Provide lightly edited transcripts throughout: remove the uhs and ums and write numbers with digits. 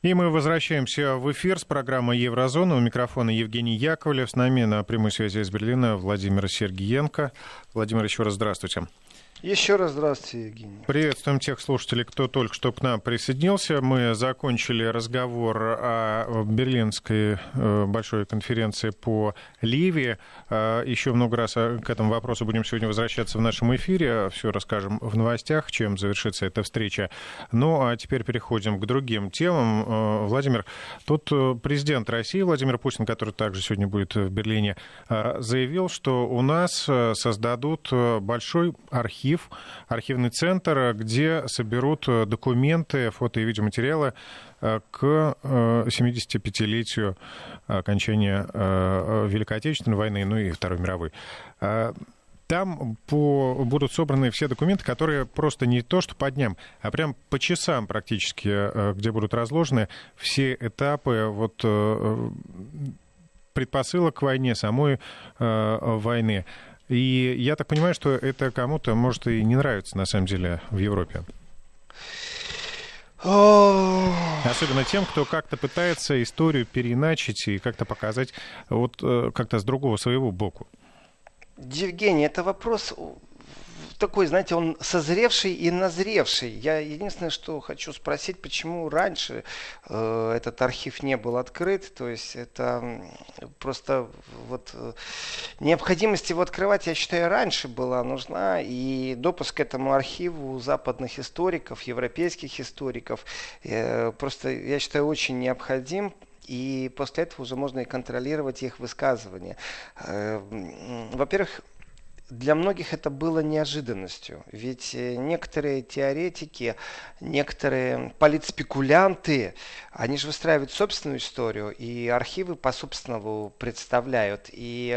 И мы возвращаемся в эфир с программой «Еврозона». У микрофона Евгений Яковлев. С нами на прямой связи из Берлина Владимир Сергиенко. Владимир, еще раз здравствуйте. Еще раз здравствуйте, Евгений. Приветствуем тех слушателей, кто только что к нам присоединился. Мы закончили разговор о Берлинской большой конференции по Ливии. Еще много раз к этому вопросу будем сегодня возвращаться в нашем эфире. Все расскажем в новостях, чем завершится эта встреча. Ну, а теперь переходим к другим темам. Владимир, тут президент России Владимир Путин, который также сегодня будет в Берлине, заявил, что у нас создадут большой архивный центр, где соберут документы, фото и видеоматериалы к 75-летию окончания Великой Отечественной войны, ну и Второй мировой. Там будут собраны все документы, которые просто не то что по дням, а прям по часам практически, где будут разложены все этапы предпосылок к войне, самой войны. И я так понимаю, что это кому-то может и не нравится, на самом деле, в Европе. Особенно тем, кто как-то пытается историю переиначить и как-то показать как-то с другого своего боку. Евгений, это вопрос такой, знаете, он созревший и назревший. Я единственное, что хочу спросить, почему раньше этот архив не был открыт. То есть это просто необходимость его открывать, я считаю, раньше была нужна. И допуск к этому архиву западных историков, европейских историков, просто, я считаю, очень необходим. И после этого уже можно и контролировать их высказывания. Во-первых, для многих это было неожиданностью, ведь некоторые теоретики, некоторые политспекулянты, они же выстраивают собственную историю и архивы по собственному представляют.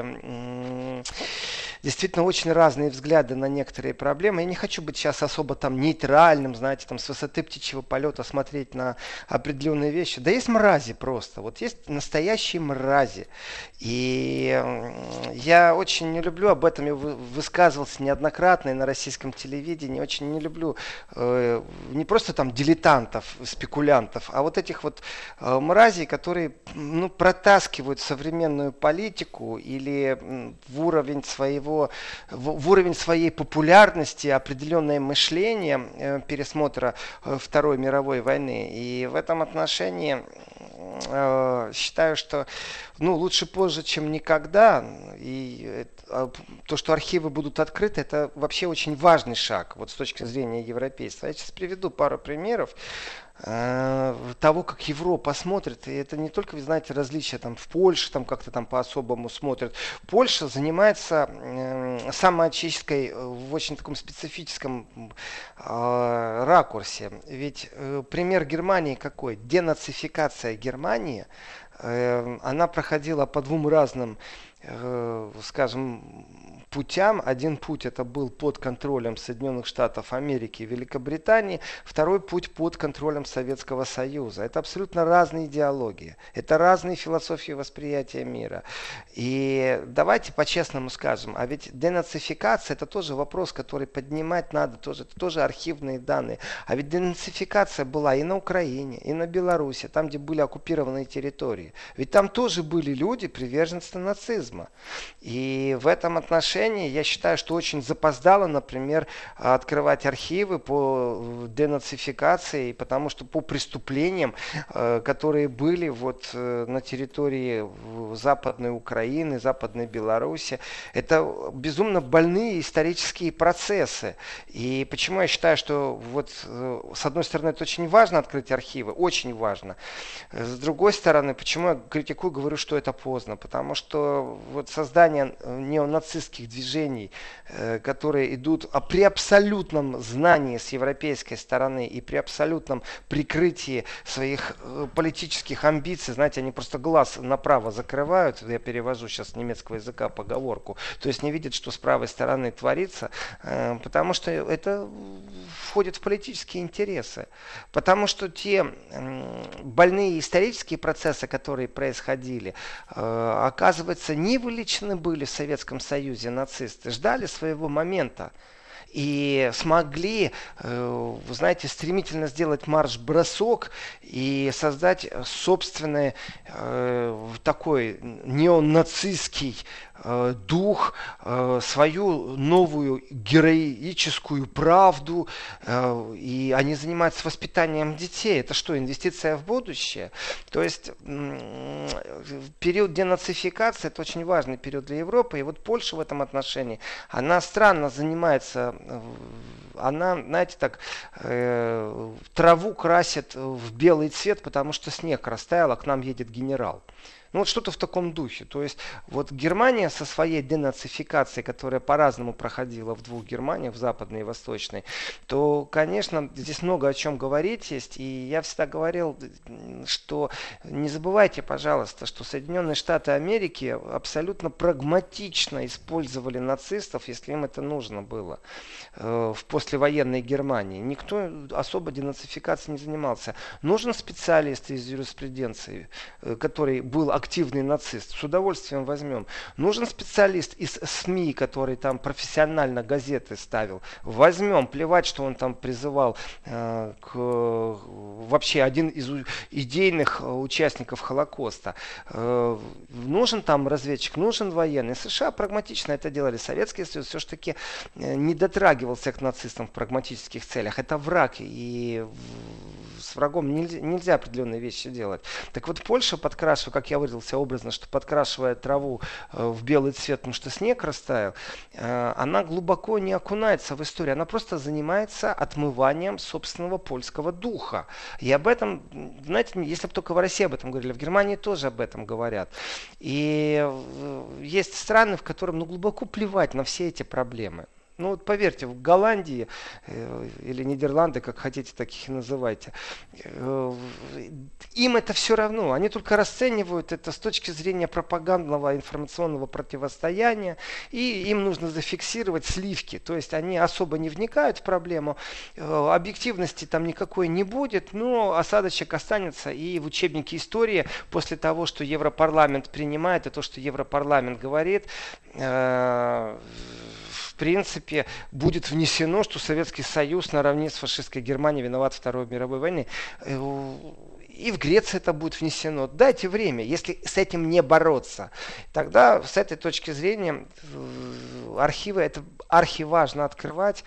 И действительно очень разные взгляды на некоторые проблемы. Я не хочу быть сейчас особо там нейтральным, знаете, там с высоты птичьего полета смотреть на определенные вещи. Да есть мрази просто, вот есть настоящие мрази. И я очень не люблю об этом высказывался неоднократно и на российском телевидении. Очень не люблю не просто там дилетантов, спекулянтов, а вот этих вот мразей, которые протаскивают современную политику или в уровень своей популярности определенное мышление пересмотра Второй мировой войны. И в этом отношении считаю, что лучше позже, чем никогда. И то, что архивы будут открыты, это вообще очень важный шаг вот с точки зрения европейства. Я сейчас приведу пару примеров того, как Европа смотрит. И это не только, вы знаете, различия там в Польше, там как-то там по-особому смотрят. Польша занимается самоочисткой в очень таком специфическом ракурсе. Ведь пример Германии какой? Денацификация Германии, она проходила по двум разным, скажем, путям. Один путь это был под контролем Соединенных Штатов Америки и Великобритании, второй путь под контролем Советского Союза. Это абсолютно разные идеологии, это разные философии восприятия мира. И давайте по-честному скажем, а ведь денацификация это тоже вопрос, который поднимать надо, это тоже архивные данные. А ведь денацификация была и на Украине, и на Беларуси, там, где были оккупированные территории. Ведь там тоже были люди, приверженцы нацизма. И в этом отношении я считаю, что очень запоздало, например, открывать архивы по денацификации, потому что по преступлениям, которые были на территории Западной Украины, Западной Беларуси, это безумно больные исторические процессы. И почему я считаю, что с одной стороны это очень важно открыть архивы, очень важно. С другой стороны, почему я критикую, говорю, что это поздно, потому что создание неонацистских движений, которые идут при абсолютном знании с европейской стороны и при абсолютном прикрытии своих политических амбиций, знаете, они просто глаз направо закрывают, я перевожу сейчас с немецкого языка поговорку, то есть не видят, что с правой стороны творится, потому что это входит в политические интересы, потому что те больные исторические процессы, которые происходили, оказывается, не вылечены были в Советском Союзе нацисты, ждали своего момента. и смогли, вы знаете, стремительно сделать марш-бросок и создать собственный такой неонацистский дух, свою новую героическую правду, и они занимаются воспитанием детей. Это что, инвестиция в будущее? То есть период денацификации – это очень важный период для Европы, и вот Польша в этом отношении, она странно занимается, она, знаете, так, траву красит в белый цвет, потому что снег растаял, а к нам едет генерал. Ну вот что-то в таком духе. То есть вот Германия со своей денацификацией, которая по-разному проходила в двух Германиях, в западной и восточной, то, конечно, здесь много о чем говорить есть. И я всегда говорил, что не забывайте, пожалуйста, что Соединенные Штаты Америки абсолютно прагматично использовали нацистов, если им это нужно было, в послевоенной Германии. Никто особо денацификацией не занимался. Нужен специалист из юриспруденции, который был активный нацист, с удовольствием возьмем. Нужен специалист из СМИ, который там профессионально газеты ставил, возьмем. Плевать, что он там призывал вообще один из идейных участников Холокоста. Нужен там разведчик, нужен военный. США прагматично это делали. Советский Союз все-таки не дотрагивался к нацистам в прагматических целях. Это враг, и с врагом нельзя определенные вещи делать. Так вот, Польша подкрашивая, как я выразился образно, что подкрашивая траву в белый цвет, потому что снег растаял, она глубоко не окунается в историю. Она просто занимается отмыванием собственного польского духа. И об этом, знаете, если бы только в России об этом говорили, в Германии тоже об этом говорят. И есть страны, в которых глубоко плевать на все эти проблемы. Ну вот поверьте, в Голландии или Нидерланды, как хотите, таких и называйте, им это все равно. Они только расценивают это с точки зрения пропагандного информационного противостояния, и им нужно зафиксировать сливки. То есть они особо не вникают в проблему, объективности там никакой не будет, но осадочек останется и в учебнике истории после того, что Европарламент принимает, и то, что Европарламент говорит, в принципе, будет внесено, что Советский Союз наравне с фашистской Германией виноват в Второй мировой войне. И в Греции это будет внесено. Дайте время. Если с этим не бороться, тогда с этой точки зрения архивы, это архиважно открывать.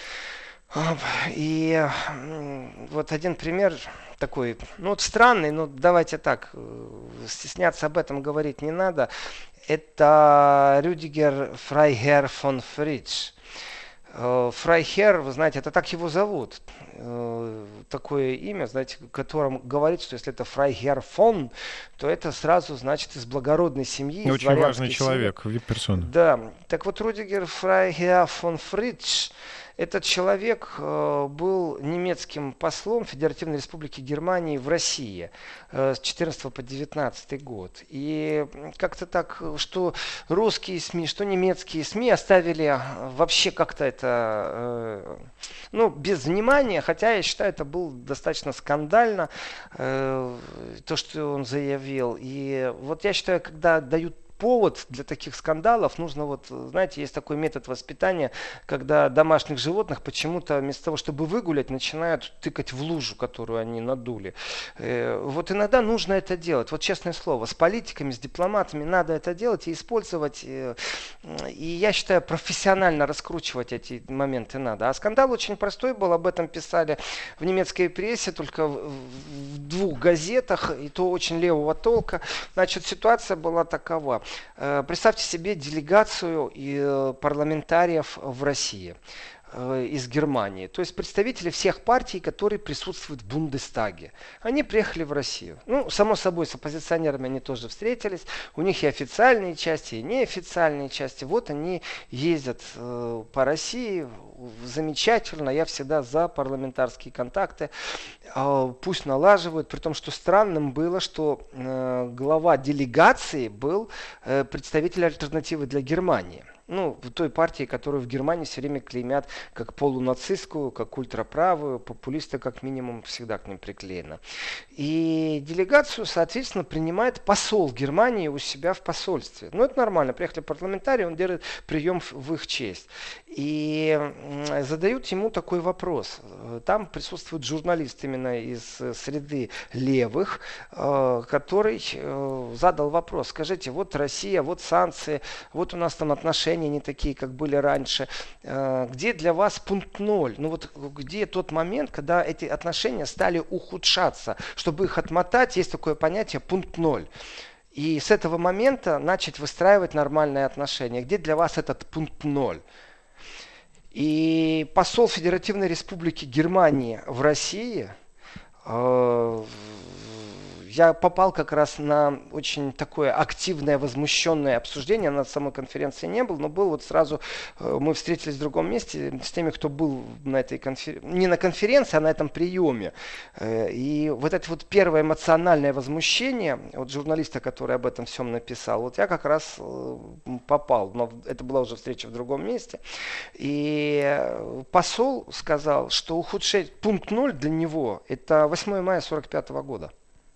И вот один пример такой, вот странный, но давайте так, стесняться об этом говорить не надо. Это Рюдигер Фрайхер фон Фридж. Фрайхер, вы знаете, это так его зовут. Такое имя, знаете, которым говорит, что если это Фрайхер фон, то это сразу значит из благородной семьи. Очень важный человек, вип-персона. Да. Так вот, Рюдигер Фрайхер фон Фридж, этот человек был немецким послом Федеративной Республики Германии в России с 14 по 19 год. И как-то так, что русские СМИ, что немецкие СМИ оставили вообще как-то это, без внимания, хотя я считаю, это было достаточно скандально, то, что он заявил. И вот я считаю, когда дают повод для таких скандалов, нужно знаете, есть такой метод воспитания, когда домашних животных почему-то вместо того, чтобы выгулять, начинают тыкать в лужу, которую они надули. Вот иногда нужно это делать. Вот честное слово, с политиками, с дипломатами надо это делать и использовать. И я считаю, профессионально раскручивать эти моменты надо. А скандал очень простой был, об этом писали в немецкой прессе, только в двух газетах, и то очень левого толка. Значит, ситуация была такова. Представьте себе делегацию парламентариев в России из Германии. То есть представители всех партий, которые присутствуют в Бундестаге. Они приехали в Россию. Само собой, с оппозиционерами они тоже встретились. У них и официальные части, и неофициальные части. Вот они ездят по России. Замечательно. Я всегда за парламентарские контакты. Пусть налаживают. При том, что странным было, что глава делегации был представитель альтернативы для Германии. Ну, в той партии, которую в Германии все время клеймят как полунацистскую, как ультраправую, популисты как минимум всегда к ним приклеены. И делегацию, соответственно, принимает посол Германии у себя в посольстве. Ну, это нормально. Приехали парламентарии, он делает прием в их честь. И задают ему такой вопрос. Там присутствует журналист именно из среды левых, который задал вопрос. Скажите, вот Россия, вот санкции, вот у нас там отношения не такие, как были раньше. Где для вас пункт ноль? Ну вот где тот момент, когда эти отношения стали ухудшаться? Чтобы их отмотать, есть такое понятие пункт ноль. И с этого момента начать выстраивать нормальные отношения. Где для вас этот пункт ноль? И посол Федеративной Республики Германии в России, я попал как раз на очень такое активное, возмущенное обсуждение. На самой конференции не был, но был вот сразу, мы встретились в другом месте с теми, кто был на этой конференции, не на конференции, а на этом приеме. И вот это вот первое эмоциональное возмущение от журналиста, который об этом всем написал, вот я как раз попал, но это была уже встреча в другом месте. И посол сказал, что ухудшить пункт 0 для него это 8 мая 1945 года.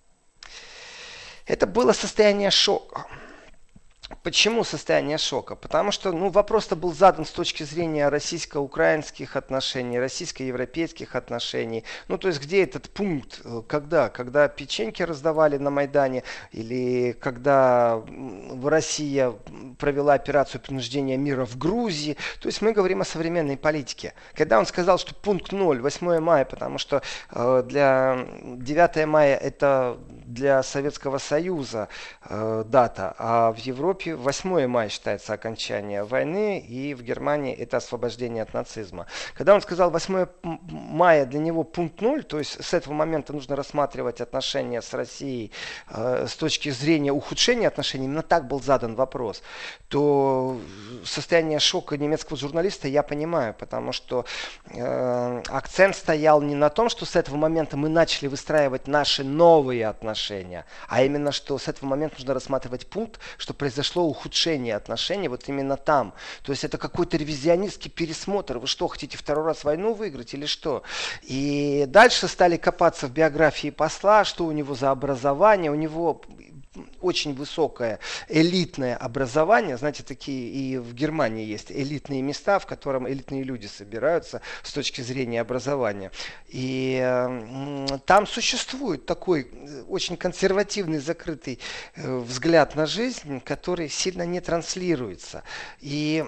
Это было состояние шока. Почему состояние шока? Потому что вопрос-то был задан с точки зрения российско-украинских отношений, российско-европейских отношений. То есть где этот пункт? Когда? Когда печеньки раздавали на Майдане? Или когда Россия провела операцию принуждения мира в Грузии? То есть мы говорим о современной политике. Когда он сказал, что пункт 0, 8 мая, потому что для 9 мая это для Советского Союза дата, а в Европе 8 мая считается окончание войны, и в Германии это освобождение от нацизма. Когда он сказал 8 мая для него пункт 0, то есть с этого момента нужно рассматривать отношения с Россией с точки зрения ухудшения отношений, именно так был задан вопрос, то состояние шока немецкого журналиста я понимаю, потому что акцент стоял не на том, что с этого момента мы начали выстраивать наши новые отношения, а именно, что с этого момента нужно рассматривать пункт, что произошло ухудшение отношений вот именно там. То есть это какой-то ревизионистский пересмотр. Вы что, хотите второй раз войну выиграть или что? И дальше стали копаться в биографии посла, что у него за образование. У него очень высокое элитное образование. Знаете, такие и в Германии есть элитные места, в котором элитные люди собираются с точки зрения образования. И там существует такой очень консервативный, закрытый взгляд на жизнь, который сильно не транслируется. И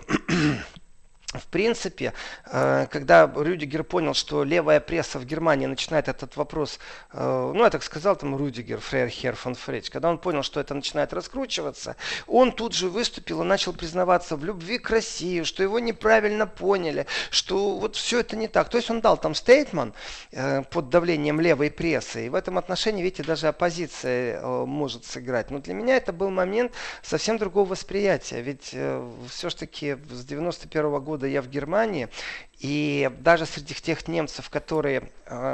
в принципе, когда Рюдигер понял, что левая пресса в Германии начинает этот вопрос, я так сказал, там Рюдигер, Фрейерхер фон Фрейч, когда он понял, что это начинает раскручиваться, он тут же выступил и начал признаваться в любви к России, что его неправильно поняли, что вот все это не так. То есть он дал там стейтмент под давлением левой прессы, и в этом отношении, видите, даже оппозиция может сыграть. Но для меня это был момент совсем другого восприятия, ведь все-таки с 91 года я в Германии, и даже среди тех немцев, которые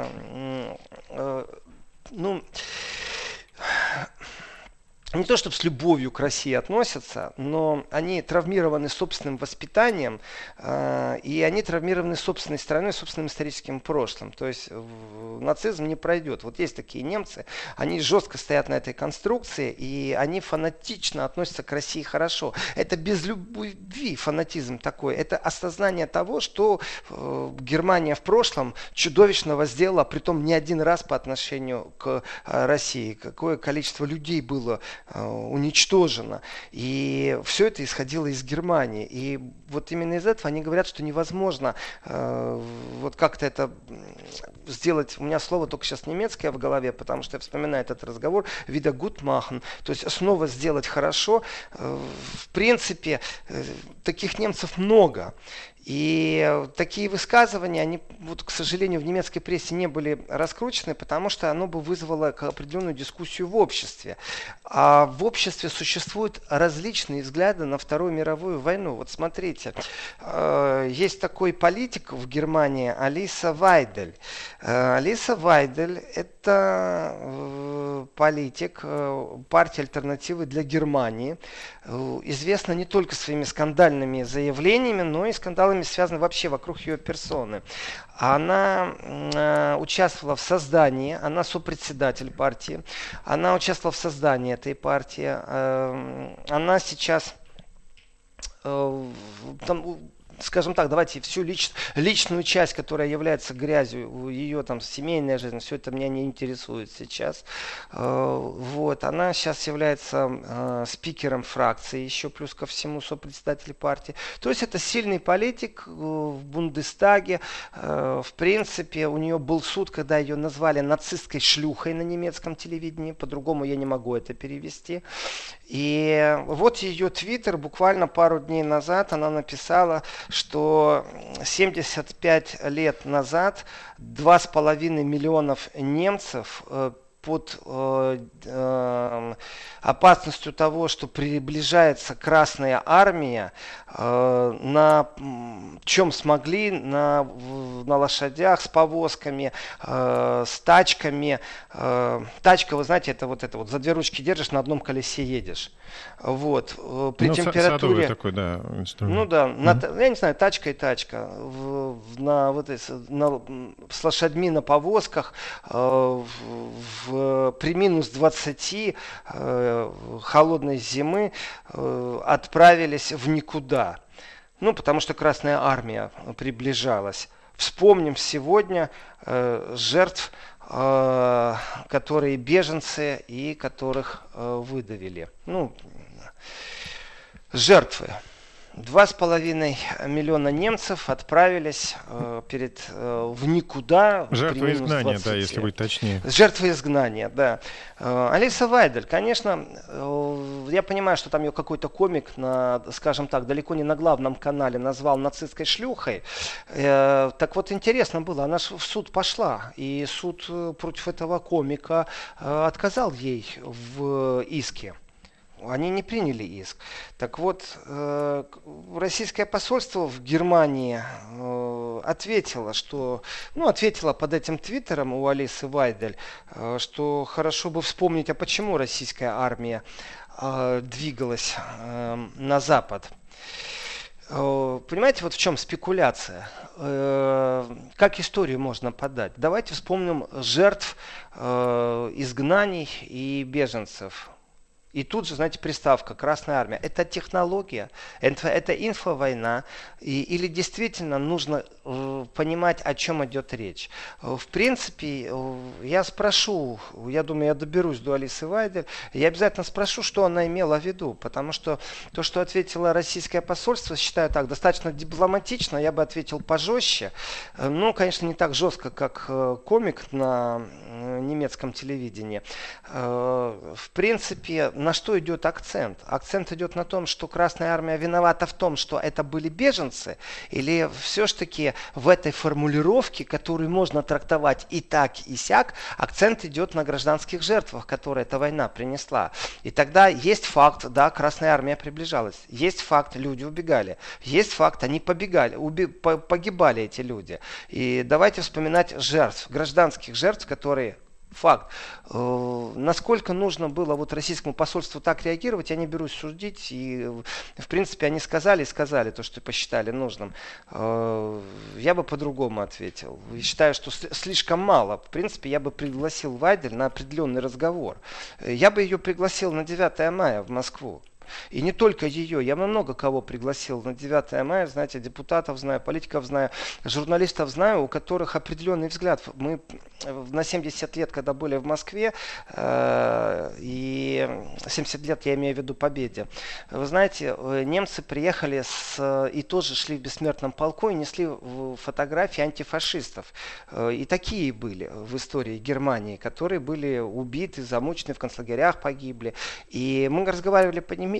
не то чтобы с любовью к России относятся, но они травмированы собственным воспитанием, и они травмированы собственной страной, собственным историческим прошлым. То есть нацизм не пройдет. Вот есть такие немцы, они жестко стоят на этой конструкции, и они фанатично относятся к России хорошо. Это без любви фанатизм такой. Это осознание того, что Германия в прошлом чудовищного сделала, притом не один раз по отношению к России. Какое количество людей было уничтожено. И все это исходило из Германии. И вот именно из этого они говорят, что невозможно вот как-то это сделать. У меня слово только сейчас немецкое в голове, потому что я вспоминаю этот разговор. Wiedergutmachen. То есть снова сделать хорошо. В принципе, таких немцев много. И такие высказывания, они, вот, к сожалению, в немецкой прессе не были раскручены, потому что оно бы вызвало определенную дискуссию в обществе. А в обществе существуют различные взгляды на Вторую мировую войну. Вот смотрите, есть такой политик в Германии Алиса Вайдель. Алиса Вайдель – это политик партии «Альтернативы для Германии». Известна не только своими скандальными заявлениями, но и скандалами, связанными вообще вокруг ее персоны. Она участвовала в создании, она сопредседатель партии, она участвовала в создании этой партии. Она сейчас там, скажем так, давайте всю личную часть, которая является грязью, ее там семейная жизнь, все это меня не интересует сейчас. Вот, она сейчас является спикером фракции, еще плюс ко всему сопредседатель партии. То есть это сильный политик в Бундестаге. В принципе, у нее был суд, когда ее назвали нацистской шлюхой на немецком телевидении, по-другому я не могу это перевести. И вот ее твиттер, буквально пару дней назад она написала, что 75 лет назад 2,5 миллионов немцев под опасностью того, что приближается Красная Армия, на чем смогли, на лошадях с повозками, с тачками. Тачка, вы знаете, это вот за две ручки держишь, на одном колесе едешь. Вот. При температуре... такой, да, инструмент. Ну да, я не знаю, тачка и тачка. С лошадьми на повозках при минус 20 холодной зимы отправились в никуда. Ну, потому что Красная Армия приближалась. Вспомним сегодня жертв, которые беженцы и которых выдавили. Ну, жертвы. 2,5 миллиона немцев отправились в никуда. Жертвы изгнания, да, если быть точнее. Жертвы изгнания, да. Алиса Вайдель, конечно, я понимаю, что там ее какой-то комик, скажем так, далеко не на главном канале назвал нацистской шлюхой. Так вот, интересно было, она же в суд пошла, и суд против этого комика отказал ей в иске. Они не приняли иск. Так вот, российское посольство в Германии ответило под этим твиттером у Алисы Вайдель, что хорошо бы вспомнить, а почему российская армия двигалась на запад. Понимаете, вот в чем спекуляция? Как историю можно подать? Давайте вспомним жертв изгнаний и беженцев. И тут же, знаете, приставка «Красная армия». Это технология, это инфовойна. Или действительно нужно понимать, о чем идет речь. В принципе, я спрошу, я думаю, я доберусь до Алисы Вайдель, я обязательно спрошу, что она имела в виду. Потому что то, что ответило российское посольство, считаю так, достаточно дипломатично, я бы ответил пожестче. Ну, конечно, не так жестко, как комик на немецком телевидении. В принципе, на что идет акцент? Акцент идет на том, что Красная Армия виновата в том, что это были беженцы, или все-таки в этой формулировке, которую можно трактовать и так, и сяк, акцент идет на гражданских жертвах, которые эта война принесла. И тогда есть факт, да, Красная Армия приближалась, есть факт, люди убегали, есть факт, они погибали эти люди. И давайте вспоминать жертв, гражданских жертв, которые... Факт. Насколько нужно было вот российскому посольству так реагировать, я не берусь судить. И, в принципе, они сказали то, что посчитали нужным. Я бы по-другому ответил. Считаю, что слишком мало. В принципе, я бы пригласил Вайдель на определенный разговор. Я бы ее пригласил на 9 мая в Москву. И не только ее, я много кого пригласил на 9 мая, знаете, депутатов знаю, политиков знаю, журналистов знаю, у которых определенный взгляд. Мы на 70 лет, когда были в Москве, и 70 лет я имею в виду Победе, вы знаете, немцы приехали и тоже шли в бессмертном полку и несли фотографии антифашистов. И такие были в истории Германии, которые были убиты, замучены, в концлагерях погибли. И мы разговаривали по-немецки.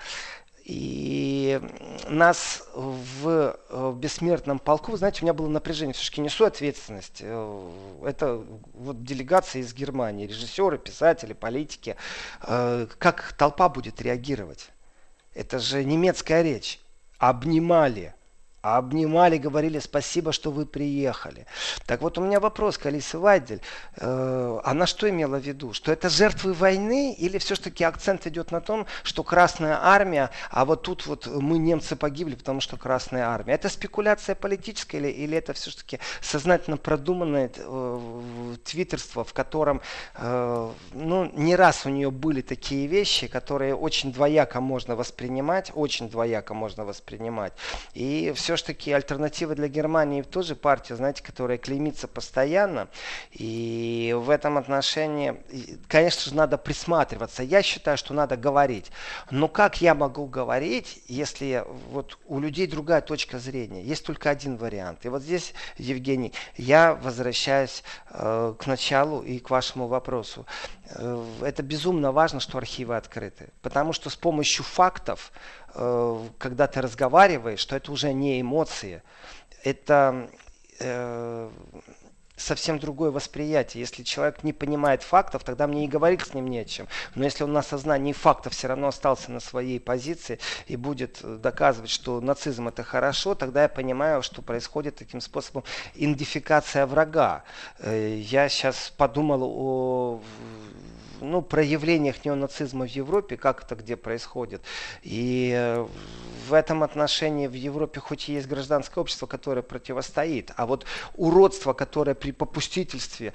И нас в бессмертном полку, вы знаете, у меня было напряжение, все-таки несу ответственность. Это вот делегация из Германии, режиссеры, писатели, политики. Как толпа будет реагировать? Это же немецкая речь. Обнимали. обнимали, говорили спасибо, что вы приехали. Так вот, у меня вопрос к Алисе Вайдель. Она что имела в виду? Что это жертвы войны или все-таки акцент идет на том, что Красная Армия, а вот тут вот мы, немцы, погибли, потому что Красная Армия. Это спекуляция политическая или это все-таки сознательно продуманное твиттерство, в котором не раз у нее были такие вещи, которые очень двояко можно воспринимать, И все-таки альтернатива для Германии тоже партия, знаете, которая клеймится постоянно. И в этом отношении, конечно же, надо присматриваться. Я считаю, что надо говорить. Но как я могу говорить, если вот у людей другая точка зрения? Есть только один вариант. И вот здесь, Евгений, я возвращаюсь к началу и к вашему вопросу. Это безумно важно, что архивы открыты. Потому что с помощью фактов, когда ты разговариваешь, что это уже не эмоции, это совсем другое восприятие. Если человек не понимает фактов, тогда мне и говорить с ним не о чем. Но если он на сознании фактов все равно остался на своей позиции и будет доказывать, что нацизм это хорошо, тогда я понимаю, что происходит таким способом идентификация врага. Я сейчас подумал о проявлениях неонацизма в Европе, как это где происходит. И в этом отношении в Европе хоть и есть гражданское общество, которое противостоит, а вот уродство, которое при попустительстве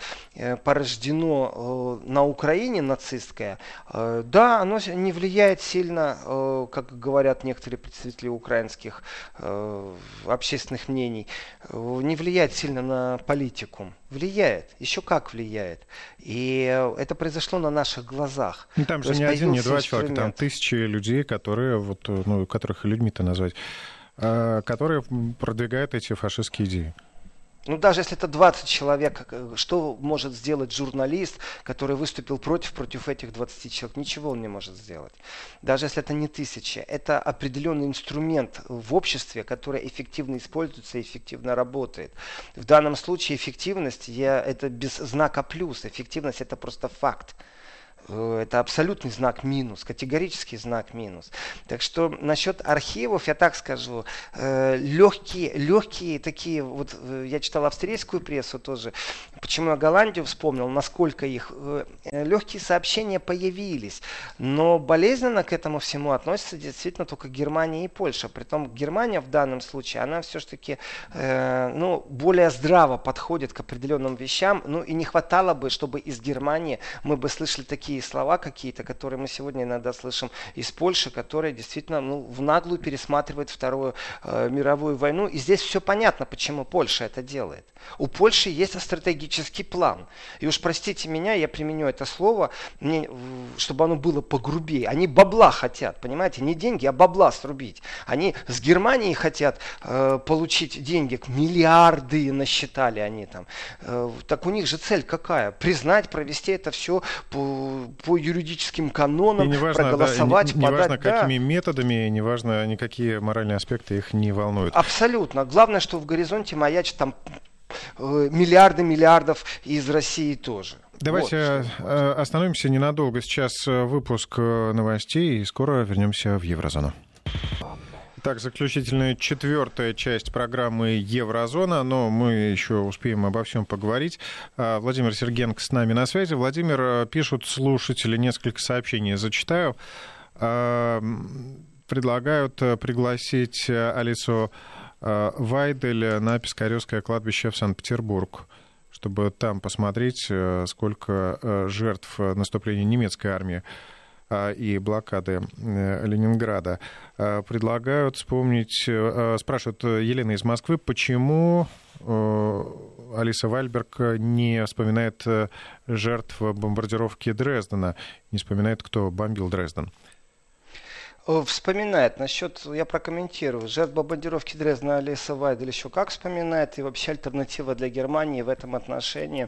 порождено на Украине нацистское, да, оно не влияет сильно, как говорят некоторые представители украинских общественных мнений, не влияет сильно на политику. Влияет, еще как влияет. И это произошло на наших глазах. Там же не один, не два человека, там тысячи людей, которые, которых людьми-то назвать, которые продвигают эти фашистские идеи. Даже если это 20 человек, что может сделать журналист, который выступил против этих 20 человек? Ничего он не может сделать. Даже если это не тысяча. Это определенный инструмент в обществе, который эффективно используется и эффективно работает. В данном случае эффективность, это без знака плюс. Эффективность это просто факт. Это абсолютный знак минус, категорический знак минус. Так что насчет архивов, я так скажу, легкие такие, вот я читал австрийскую прессу тоже, почему я Голландию вспомнил, насколько их легкие сообщения появились, но болезненно к этому всему относятся действительно только Германия и Польша. Притом Германия в данном случае, она все-таки более здраво подходит к определенным вещам, и не хватало бы, чтобы из Германии мы бы слышали такие слова какие-то, которые мы сегодня иногда слышим из Польши, которые действительно в наглую пересматривают Вторую мировую войну. И здесь все понятно, почему Польша это делает. У Польши есть стратегический план. И уж простите меня, я применю это слово, чтобы оно было погрубее. Они бабла хотят, понимаете, не деньги, а бабла срубить. Они с Германии хотят получить деньги, миллиарды насчитали они там. Так у них же цель какая? Признать, провести это все по юридическим канонам, проголосовать, подать. Неважно, какими методами, неважно, никакие моральные аспекты их не волнуют. Абсолютно. Главное, что в горизонте маячат там миллиардов из России тоже. Давайте остановимся ненадолго. Сейчас выпуск новостей, и скоро вернемся в Еврозону. Так, заключительная 4-я часть программы «Еврозона», но мы еще успеем обо всем поговорить. Владимир Сергенко с нами на связи. Владимир, пишут слушатели несколько сообщений, зачитаю. Предлагают пригласить Алису Вайдель на Пискаревское кладбище в Санкт-Петербург, чтобы там посмотреть, сколько жертв наступления немецкой армии и блокады Ленинграда. Предлагают вспомнить, спрашивают Елена из Москвы, почему Алиса Вайберг не вспоминает жертв бомбардировки Дрездена, не вспоминает, кто бомбил Дрезден. Вспоминает. Насчет, я прокомментирую. Жертв бомбардировки Дрездена Алиса Вайдель еще как вспоминает. И вообще альтернатива для Германии в этом отношении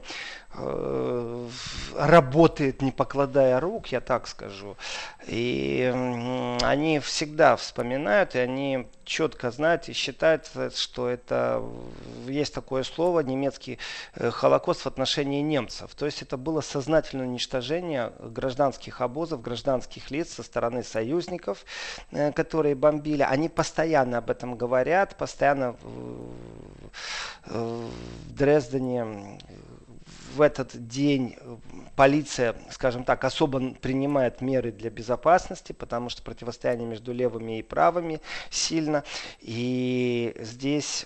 работает, не покладая рук, я так скажу. И они всегда вспоминают, и они четко знают и считают, что это есть такое слово немецкий Холокост в отношении немцев. То есть это было сознательное уничтожение гражданских обозов, гражданских лиц со стороны союзников, которые бомбили. Они постоянно об этом говорят, постоянно в Дрездене в этот день полиция, скажем так, особо принимает меры для безопасности, потому что противостояние между левыми и правыми сильно. И здесь,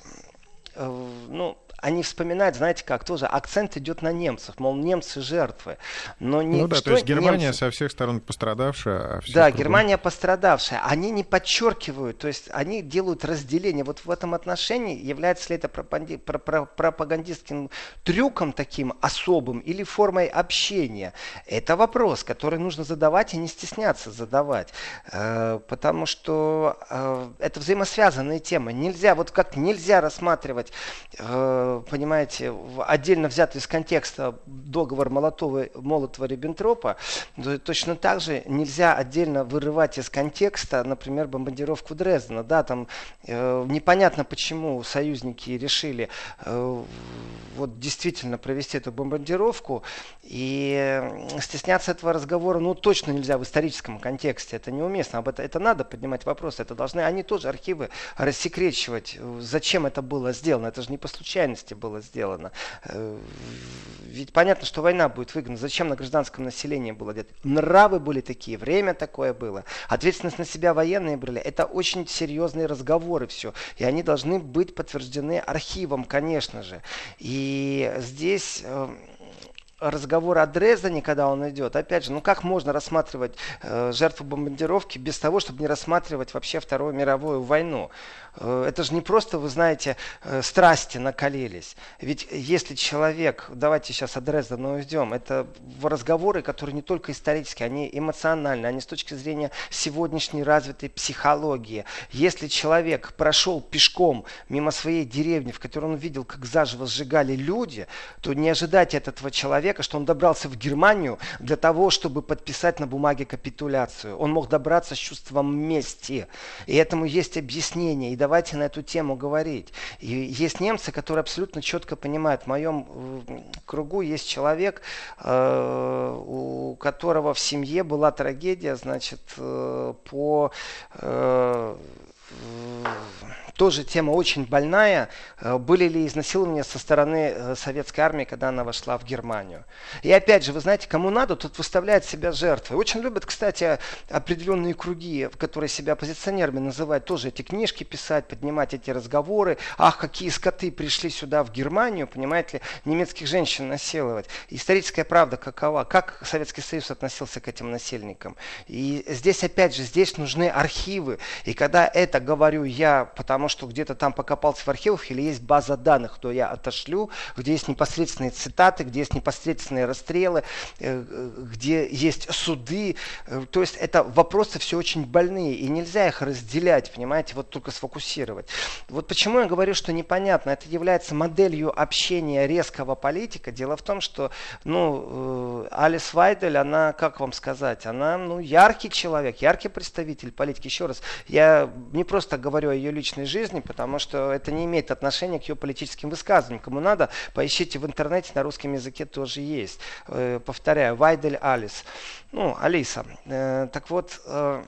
они вспоминают, знаете как, тоже акцент идет на немцах, мол, немцы жертвы. Но не то есть Германия со всех сторон пострадавшая. Да, Германия пострадавшая. Они не подчеркивают, то есть они делают разделение. Вот в этом отношении является ли это пропагандистским трюком таким особым или формой общения? Это вопрос, который нужно задавать и не стесняться задавать. Потому что это взаимосвязанные темы. Нельзя, вот как нельзя рассматривать, понимаете, отдельно взятый из контекста договор Молотова-Риббентропа, точно так же нельзя отдельно вырывать из контекста, например, бомбардировку Дрездена. Да, там непонятно, почему союзники решили вот действительно провести эту бомбардировку, и стесняться этого разговора, точно нельзя в историческом контексте. Это неуместно. Это надо поднимать вопросы. Это должны они тоже архивы рассекречивать. Зачем это было сделано? Это же не по случайности было сделано. Ведь понятно, что война будет выиграна. Зачем на гражданском населении было делать? Нравы были такие, время такое было. Ответственность на себя военные брали. Это очень серьезные разговоры все. И они должны быть подтверждены архивом, конечно же. И здесь разговор о Дрездене, когда он идет, опять же, как можно рассматривать жертву бомбардировки без того, чтобы не рассматривать вообще Вторую мировую войну? Это же не просто, вы знаете, страсти накалились. Ведь если человек, давайте сейчас от Дрездена уйдем, это разговоры, которые не только исторические, они эмоциональные, они с точки зрения сегодняшней развитой психологии. Если человек прошел пешком мимо своей деревни, в которой он видел, как заживо сжигали люди, то не ожидайте от этого человека, что он добрался в Германию для того, чтобы подписать на бумаге капитуляцию. Он мог добраться с чувством мести. И этому есть объяснение. И давайте на эту тему говорить. И есть немцы, которые абсолютно четко понимают. В моем кругу есть человек, у которого в семье была трагедия, значит, тоже тема очень больная. Были ли изнасилования со стороны советской армии, когда она вошла в Германию? И опять же, вы знаете, кому надо, тот выставляет себя жертвой. Очень любят, кстати, определенные круги, которые себя оппозиционерами называют, тоже эти книжки писать, поднимать эти разговоры. Ах, какие скоты пришли сюда в Германию, понимаете ли, немецких женщин насиловать. Историческая правда какова? Как Советский Союз относился к этим насильникам? И здесь, опять же, здесь нужны архивы. И когда это говорю я, потому что где-то там покопался в архивах или есть база данных, то я отошлю, где есть непосредственные цитаты, где есть непосредственные расстрелы, где есть суды. То есть это вопросы все очень больные, и нельзя их разделять, понимаете, вот только сфокусировать. Вот почему я говорю, что непонятно. Это является моделью общения резкого политика. Дело в том, что Алис Вайдель, она, как вам сказать, она яркий человек, яркий представитель политики. Еще раз, я не просто говорю о ее личной жизни, потому что это не имеет отношения к ее политическим высказываниям. Кому надо, поищите в интернете, на русском языке тоже есть. Повторяю, Вайдель Алис. Алиса. Так вот,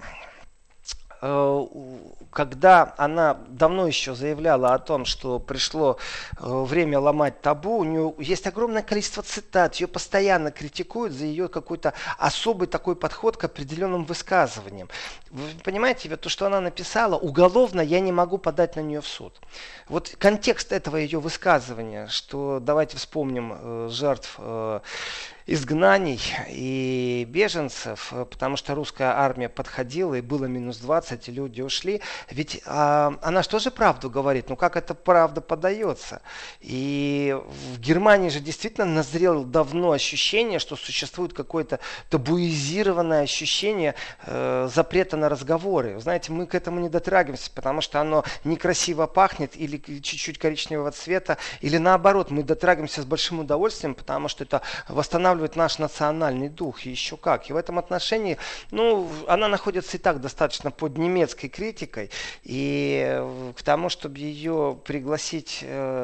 когда она давно еще заявляла о том, что пришло время ломать табу, у нее есть огромное количество цитат, ее постоянно критикуют за ее какой-то особый такой подход к определенным высказываниям. Вы понимаете, то, что она написала, уголовно я не могу подать на нее в суд. Вот контекст этого ее высказывания, что давайте вспомним жертв изгнаний и беженцев, потому что русская армия подходила, и было -20, и люди ушли. Ведь она же тоже правду говорит, как эта правда подается? И в Германии же действительно назрело давно ощущение, что существует какое-то табуизированное ощущение запрета на разговоры. Вы знаете, мы к этому не дотрагиваемся, потому что оно некрасиво пахнет, или чуть-чуть коричневого цвета, или наоборот, мы дотрагиваемся с большим удовольствием, потому что это восстанавливает останавливает наш национальный дух, и еще как. И в этом отношении, она находится и так достаточно под немецкой критикой, и к тому, чтобы ее пригласить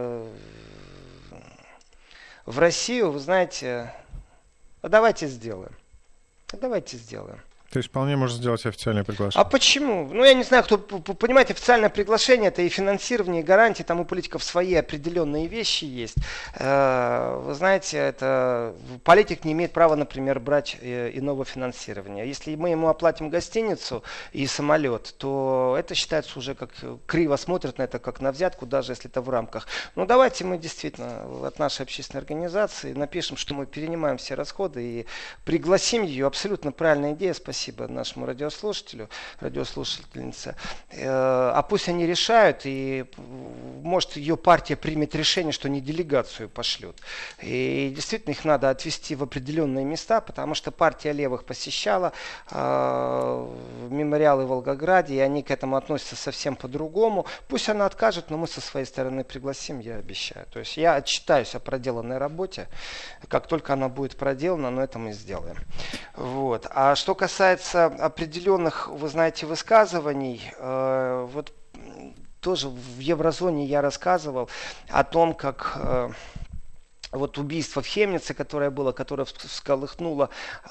в Россию, вы знаете, давайте сделаем. Давайте сделаем. То есть вполне можно сделать официальное приглашение. А почему? Я не знаю, кто, понимаете, официальное приглашение, это и финансирование, и гарантии, там у политиков свои определенные вещи есть. Вы знаете, это политик не имеет права, например, брать иного финансирования. Если мы ему оплатим гостиницу и самолет, то это считается уже как криво смотрят на это, как на взятку, даже если это в рамках. Давайте мы действительно от нашей общественной организации напишем, что мы перенимаем все расходы и пригласим ее. Абсолютно правильная идея, спасибо нашему радиослушателю, радиослушательнице. А пусть они решают, и может ее партия примет решение, что не делегацию пошлют. И действительно их надо отвести в определенные места, потому что партия левых посещала мемориалы в Волгограде, и они к этому относятся совсем по-другому. Пусть она откажет, но мы со своей стороны пригласим, я обещаю. То есть я отчитаюсь о проделанной работе, как только она будет проделана, но это мы сделаем. Вот. А что касается определенных, вы знаете, высказываний, вот тоже в Еврозоне я рассказывал о том, как вот убийство в Хемнице, которое было, которое всколыхнуло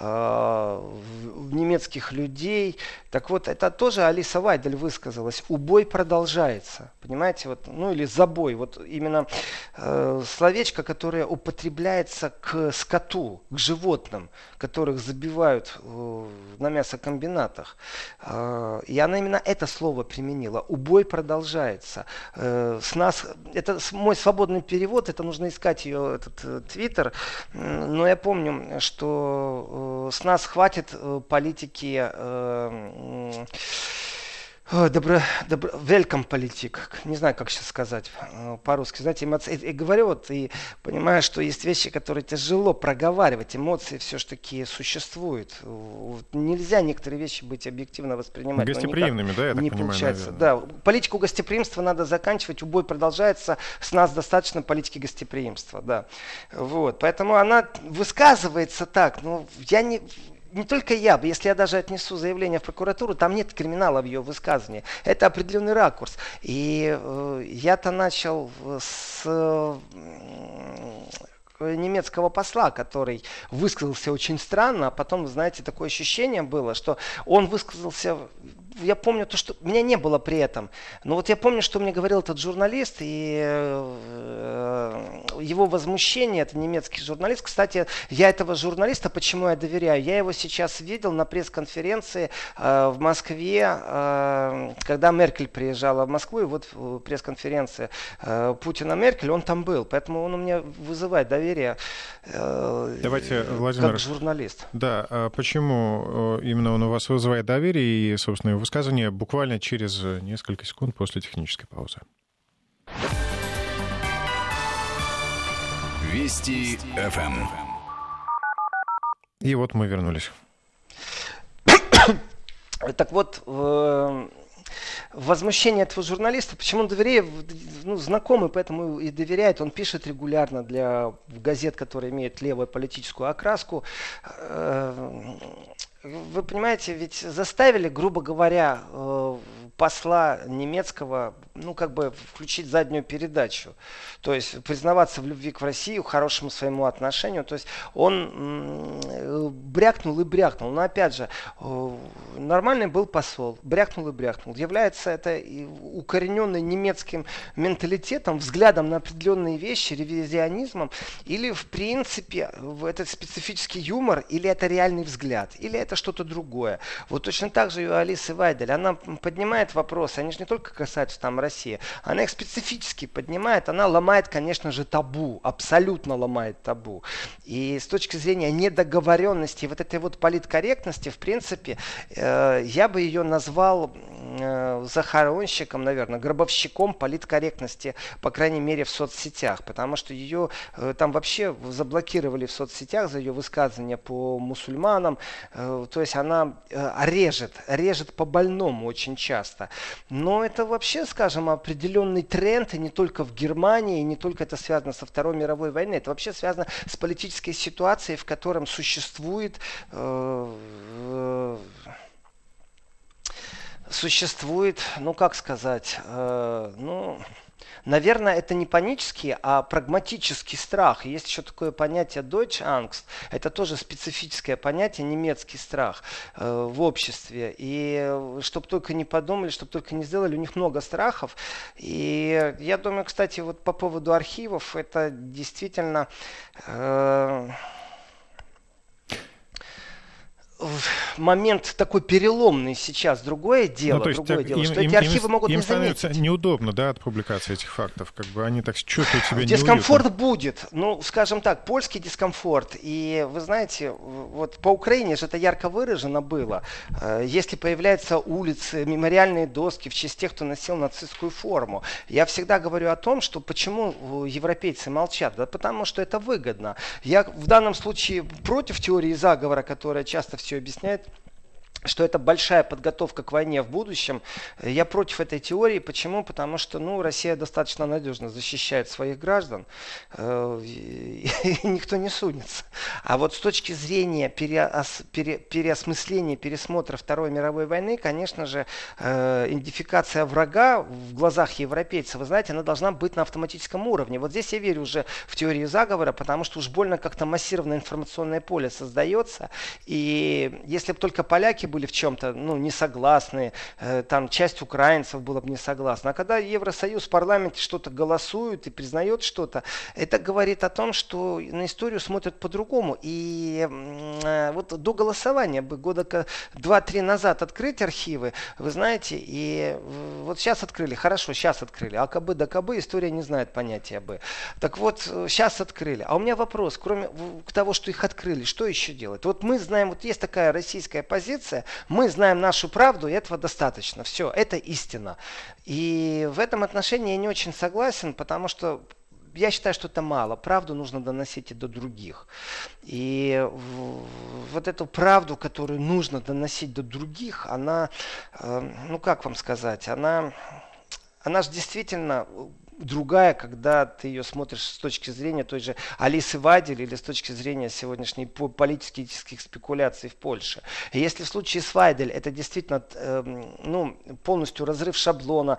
немецких людей. Так вот, это тоже Алиса Вайдель высказалась. Убой продолжается. Понимаете? Или забой. Вот именно словечко, которое употребляется к скоту, к животным, которых забивают на мясокомбинатах. И она именно это слово применила. Убой продолжается. С нас, это мой свободный перевод, это нужно искать ее, Твиттер, но я помню, что с нас хватит политики welcome политик, не знаю, как сейчас сказать по-русски, знаете, эмоции, и говорю, и понимаю, что есть вещи, которые тяжело проговаривать, эмоции все-таки существуют, нельзя некоторые вещи быть объективно воспринимать. Гостеприимными, да, я так не понимаю, получается. наверное. Да, политику гостеприимства надо заканчивать, убой продолжается, с нас достаточно политики гостеприимства, да, вот, поэтому она высказывается так, я не только я, если я даже отнесу заявление в прокуратуру, там нет криминала в ее высказывании. Это определенный ракурс. И я-то начал с немецкого посла, который высказался очень странно, а потом, знаете, такое ощущение было, что он высказался... Я помню то, что меня не было при этом. Но вот я помню, что мне говорил этот журналист, и его возмущение, это немецкий журналист. Кстати, я этого журналиста, почему я доверяю? Я его сейчас видел на пресс-конференции в Москве, когда Меркель приезжала в Москву, и вот пресс-конференция Путина-Меркель, он там был. Поэтому он у меня вызывает доверие. Давайте, Владимир, как журналист. Да, почему именно он у вас вызывает доверие и, собственно, его высказывание буквально через несколько секунд после технической паузы. Вести ФМ. И вот мы вернулись. Так вот, возмущение этого журналиста, почему он доверяет, знакомый, поэтому и доверяет, он пишет регулярно для газет, которые имеют левую политическую окраску. Вы понимаете, ведь заставили, грубо говоря, посла немецкого, включить заднюю передачу. То есть признаваться в любви к России, хорошему своему отношению. То есть он брякнул и брякнул. Но опять же, нормальный был посол, брякнул и брякнул. Является это укорененный немецким менталитетом, взглядом на определенные вещи, ревизионизмом, или в принципе это специфический юмор, или это реальный взгляд, или это что-то другое. Вот точно так же и у Алисы Вайдель. Она поднимает вопросы, они же не только касаются там России, она их специфически поднимает, она ломает, конечно же, табу, абсолютно ломает табу. И с точки зрения недоговоренности, вот этой вот политкорректности, в принципе, я бы ее назвал захоронщиком, наверное, гробовщиком политкорректности, по крайней мере, в соцсетях, потому что ее там вообще заблокировали в соцсетях за ее высказывания по мусульманам, то есть она режет по больному очень часто. часто. Но это вообще, скажем, определенный тренд, и не только в Германии, и не только это связано со Второй мировой войной, это вообще связано с политической ситуацией, в котором существует ну как сказать, наверное, это не панический, а прагматический страх. Есть еще такое понятие Deutsche Angst. Это тоже специфическое понятие, немецкий страх в обществе. И чтобы только не подумали, чтобы только не сделали, у них много страхов. И я думаю, кстати, вот по поводу архивов, это действительно... момент такой переломный сейчас. Другое дело, что эти архивы могут не заметить. Им становится неудобно, да, от публикации этих фактов. Как бы они так чувствуют себя неуютно. Дискомфорт будет. Ну, скажем так, польский дискомфорт. И вы знаете, вот по Украине же это ярко выражено было. Если появляются улицы, мемориальные доски в честь тех, кто носил нацистскую форму. Я всегда говорю о том, что почему европейцы молчат. Да потому что это выгодно. Я в данном случае против теории заговора, которая часто все объясняет, что это большая подготовка к войне в будущем. Я против этой теории. Почему? Потому что Россия достаточно надежно защищает своих граждан. И никто не сунется. А вот с точки зрения переосмысления, пересмотра Второй мировой войны, конечно же, идентификация врага в глазах европейцев, вы знаете, она должна быть на автоматическом уровне. Вот здесь я верю уже в теорию заговора, потому что уж больно как-то массированное информационное поле создается. И если бы только поляки были в чем-то не согласны, там часть украинцев была бы не согласна. А когда Евросоюз в парламенте что-то голосует и признает что-то, это говорит о том, что на историю смотрят по-другому. И вот до голосования бы года 2-3 назад открыть архивы, вы знаете, и вот сейчас открыли, хорошо, сейчас открыли, а кабы да кабы, история не знает понятия бы. Так вот, сейчас открыли. А у меня вопрос, кроме того, что их открыли, что еще делать? Вот мы знаем, вот есть такая российская позиция, мы знаем нашу правду, и этого достаточно. Все, это истина. И в этом отношении я не очень согласен, потому что я считаю, что это мало. Правду нужно доносить и до других. И вот эту правду, которую нужно доносить до других, она, как вам сказать, она же действительно... другая, когда ты ее смотришь с точки зрения той же Алисы Вайдель или с точки зрения сегодняшней политических спекуляций в Польше. И если в случае с Вайдель это действительно полностью разрыв шаблона,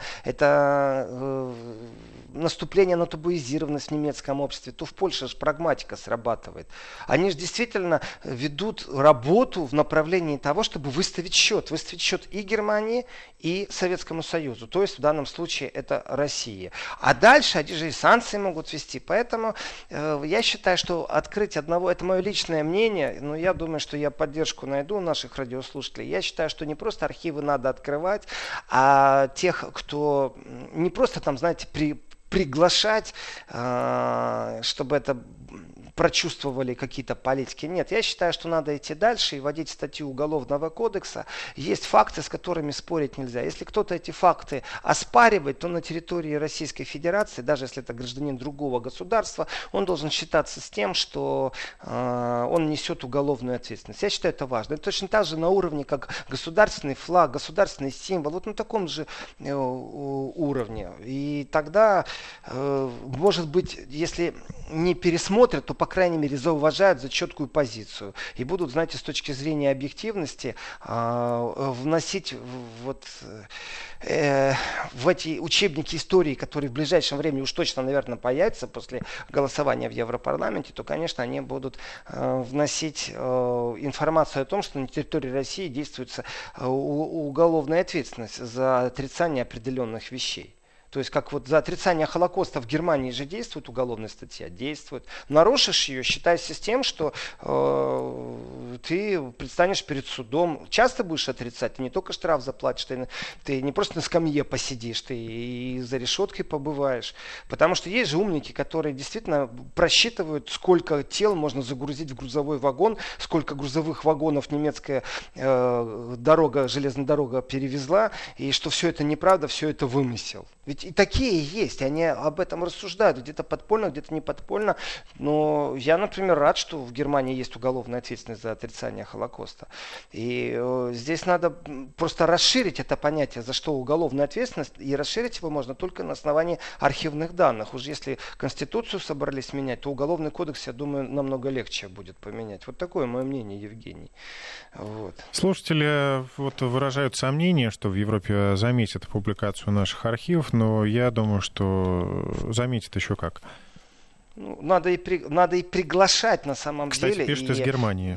это наступление на табуизированность в немецком обществе, то в Польше же прагматика срабатывает. Они же действительно ведут работу в направлении того, чтобы выставить счет и Германии, и Советскому Союзу. То есть в данном случае это Россия. А дальше они же и санкции могут ввести. Поэтому я считаю, что открыть одного, это мое личное мнение, но я думаю, что я поддержку найду у наших радиослушателей. Я считаю, что не просто архивы надо открывать, а тех, кто не просто там, знаете, приглашать, чтобы это прочувствовали какие-то политики. Нет, я считаю, что надо идти дальше и вводить статью Уголовного кодекса. Есть факты, с которыми спорить нельзя. Если кто-то эти факты оспаривает, то на территории Российской Федерации, даже если это гражданин другого государства, он должен считаться с тем, что он несет уголовную ответственность. Я считаю, это важно. Это точно так же на уровне, как государственный флаг, государственный символ. Вот на таком же уровне. И тогда, может быть, если не пересмотрят, то, по крайней мере, зауважают за четкую позицию. И будут, знаете, с точки зрения объективности вносить в эти учебники истории, которые в ближайшем времени уж точно, наверное, появятся после голосования в Европарламенте, то, конечно, они будут вносить информацию о том, что на территории России действует уголовная ответственность за отрицание определенных вещей. То есть, как вот за отрицание Холокоста в Германии же действует уголовная статья, действует. Нарушишь ее, считайся с тем, что ты предстанешь перед судом. Часто будешь отрицать, ты не только штраф заплатишь, ты не просто на скамье посидишь, ты и за решеткой побываешь. Потому что есть же умники, которые действительно просчитывают, сколько тел можно загрузить в грузовой вагон, сколько грузовых вагонов немецкая железная дорога перевезла, и что все это неправда, все это вымысел. Ведь и такие есть, они об этом рассуждают, где-то подпольно, где-то не подпольно. Но я, например, рад, что в Германии есть уголовная ответственность за отрицание Холокоста. И здесь надо просто расширить это понятие, за что уголовная ответственность, и расширить его можно только на основании архивных данных. Уж если Конституцию собрались менять, то Уголовный кодекс, я думаю, намного легче будет поменять. Вот такое мое мнение, Евгений. Вот. Слушатели выражают сомнение, что в Европе заметят публикацию наших архивов, но я думаю, что заметят еще как. Надо и приглашать на самом деле. Кстати, пишут из Германии.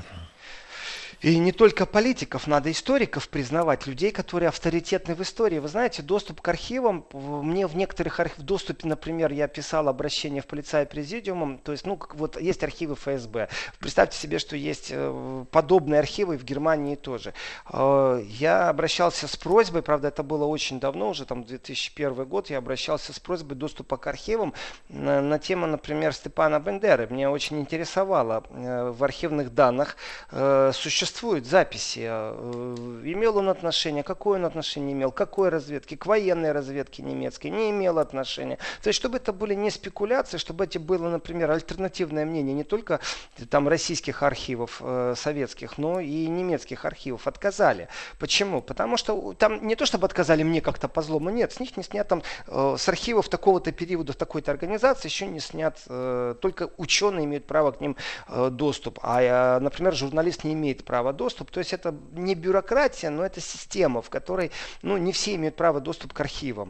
И не только политиков, надо историков признавать, людей, которые авторитетны в истории. Вы знаете, доступ к архивам, мне в некоторых доступе, например, я писал обращение в полицай-президиумом, то есть, вот есть архивы ФСБ. Представьте себе, что есть подобные архивы в Германии тоже. Я обращался с просьбой, правда, это было очень давно, уже там 2001 год, я обращался с просьбой доступа к архивам на тему, например, Степана Бендеры. Меня очень интересовало в архивных данных существуют записи, имел он отношение, какое он отношение имел, к какой разведке, к военной разведке немецкой, не имел отношения. То есть, чтобы это были не спекуляции, чтобы это было, например, альтернативное мнение не только там российских архивов советских, но и немецких архивов отказали. Почему? Потому что там не то, чтобы отказали мне как-то по злому, нет, с них не снят там, с архивов такого-то периода в такой-то организации еще не снят, только ученые имеют право к ним доступ, а, например, журналист не имеет права доступ, то есть это не бюрократия, но это система, в которой не все имеют право доступ к архивам.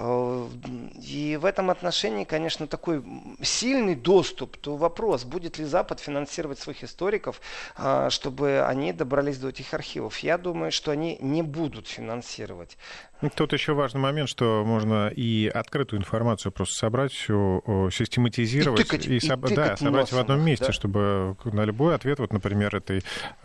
И в этом отношении, конечно, такой сильный доступ, то вопрос, будет ли Запад финансировать своих историков, чтобы они добрались до этих архивов. Я думаю, что они не будут финансировать. Тут еще важный момент, что можно и открытую информацию просто собрать, всю систематизировать и собрать в одном месте, да? Чтобы на любой ответ, вот, например, этой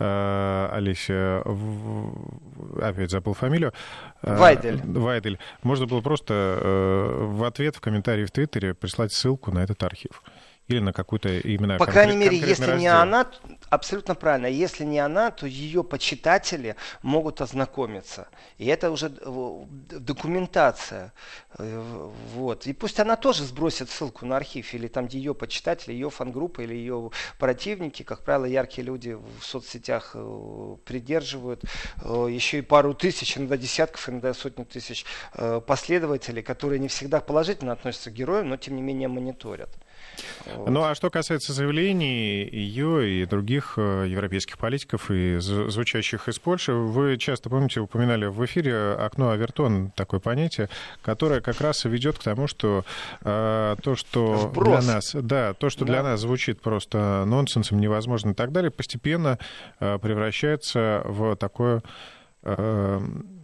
Олеся, опять забыл фамилию, Вайдель, можно было просто в ответ в комментарии в Твиттере прислать ссылку на этот архив. Или на какую-то именно по крайней мере, если не она, абсолютно правильно, если не она, то ее почитатели могут ознакомиться. И это уже документация. Вот. И пусть она тоже сбросит ссылку на архив, или там ее почитатели, ее фан-группа, или ее противники, как правило, яркие люди в соцсетях придерживают еще и пару тысяч, иногда десятков, иногда сотни тысяч последователей, которые не всегда положительно относятся к героям, но тем не менее мониторят. Вот. Ну, а что касается заявлений ее и других европейских политиков, и звучащих из Польши, вы часто, помните, упоминали в эфире окно Авертон, такое понятие, которое как раз и ведет к тому, что то, что для нас, для нас звучит просто нонсенсом, невозможно и так далее, постепенно превращается в такое... в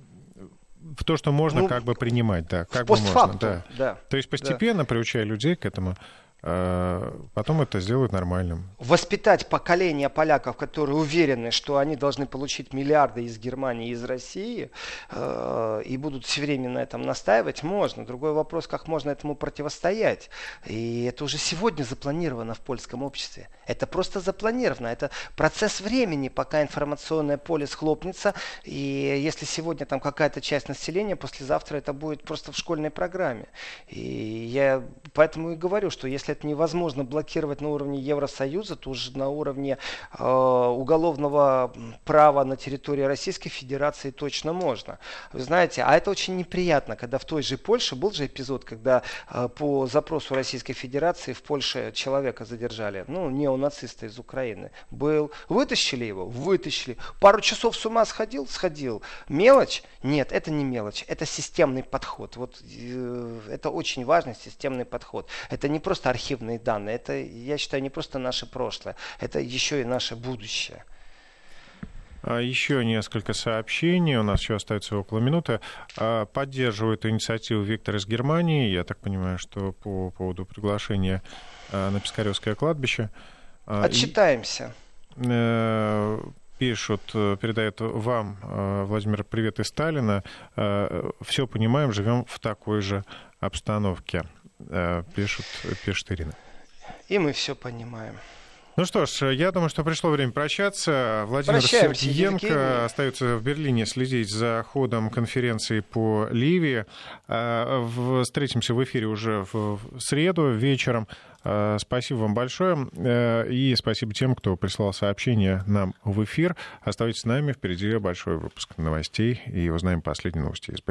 то, что можно как бы принимать, да, как бы можно, да. То есть постепенно, приучая людей к этому, потом это сделают нормальным. Воспитать поколение поляков, которые уверены, что они должны получить миллиарды из Германии, из России, и будут все время на этом настаивать, можно. Другой вопрос, как можно этому противостоять. И это уже сегодня запланировано в польском обществе. Это просто запланировано. Это процесс времени, пока информационное поле схлопнется. И если сегодня там какая-то часть населения, послезавтра это будет просто в школьной программе. И я поэтому и говорю, что если это невозможно блокировать на уровне Евросоюза, то уже на уровне уголовного права на территории Российской Федерации точно можно. Вы знаете, а это очень неприятно, когда в той же Польше был же эпизод, когда по запросу Российской Федерации в Польше человека задержали, неонациста из Украины. Вытащили его? Вытащили. Пару часов с ума сходил? Сходил. Мелочь? Нет, это не мелочь, это системный подход. Вот это очень важный системный подход. Это не просто архивные данные, это, я считаю, не просто наше прошлое, это еще и наше будущее. Еще несколько сообщений, у нас еще остается около минуты. Поддерживает инициативу Виктор из Германии, я так понимаю, что по поводу приглашения на Пискаревское кладбище. Отчитаемся. Пишут, передает вам, Владимир, привет из Сталина. Все понимаем, живем в такой же обстановке. Пишет Ирина. И мы все понимаем. Ну что ж, я думаю, что пришло время прощаться. Владимир Сергеенко остается в Берлине следить за ходом конференции по Ливии. Встретимся в эфире уже в среду вечером. Спасибо вам большое. И спасибо тем, кто прислал сообщения нам в эфир. Оставайтесь с нами. Впереди большой выпуск новостей. И узнаем последние новости из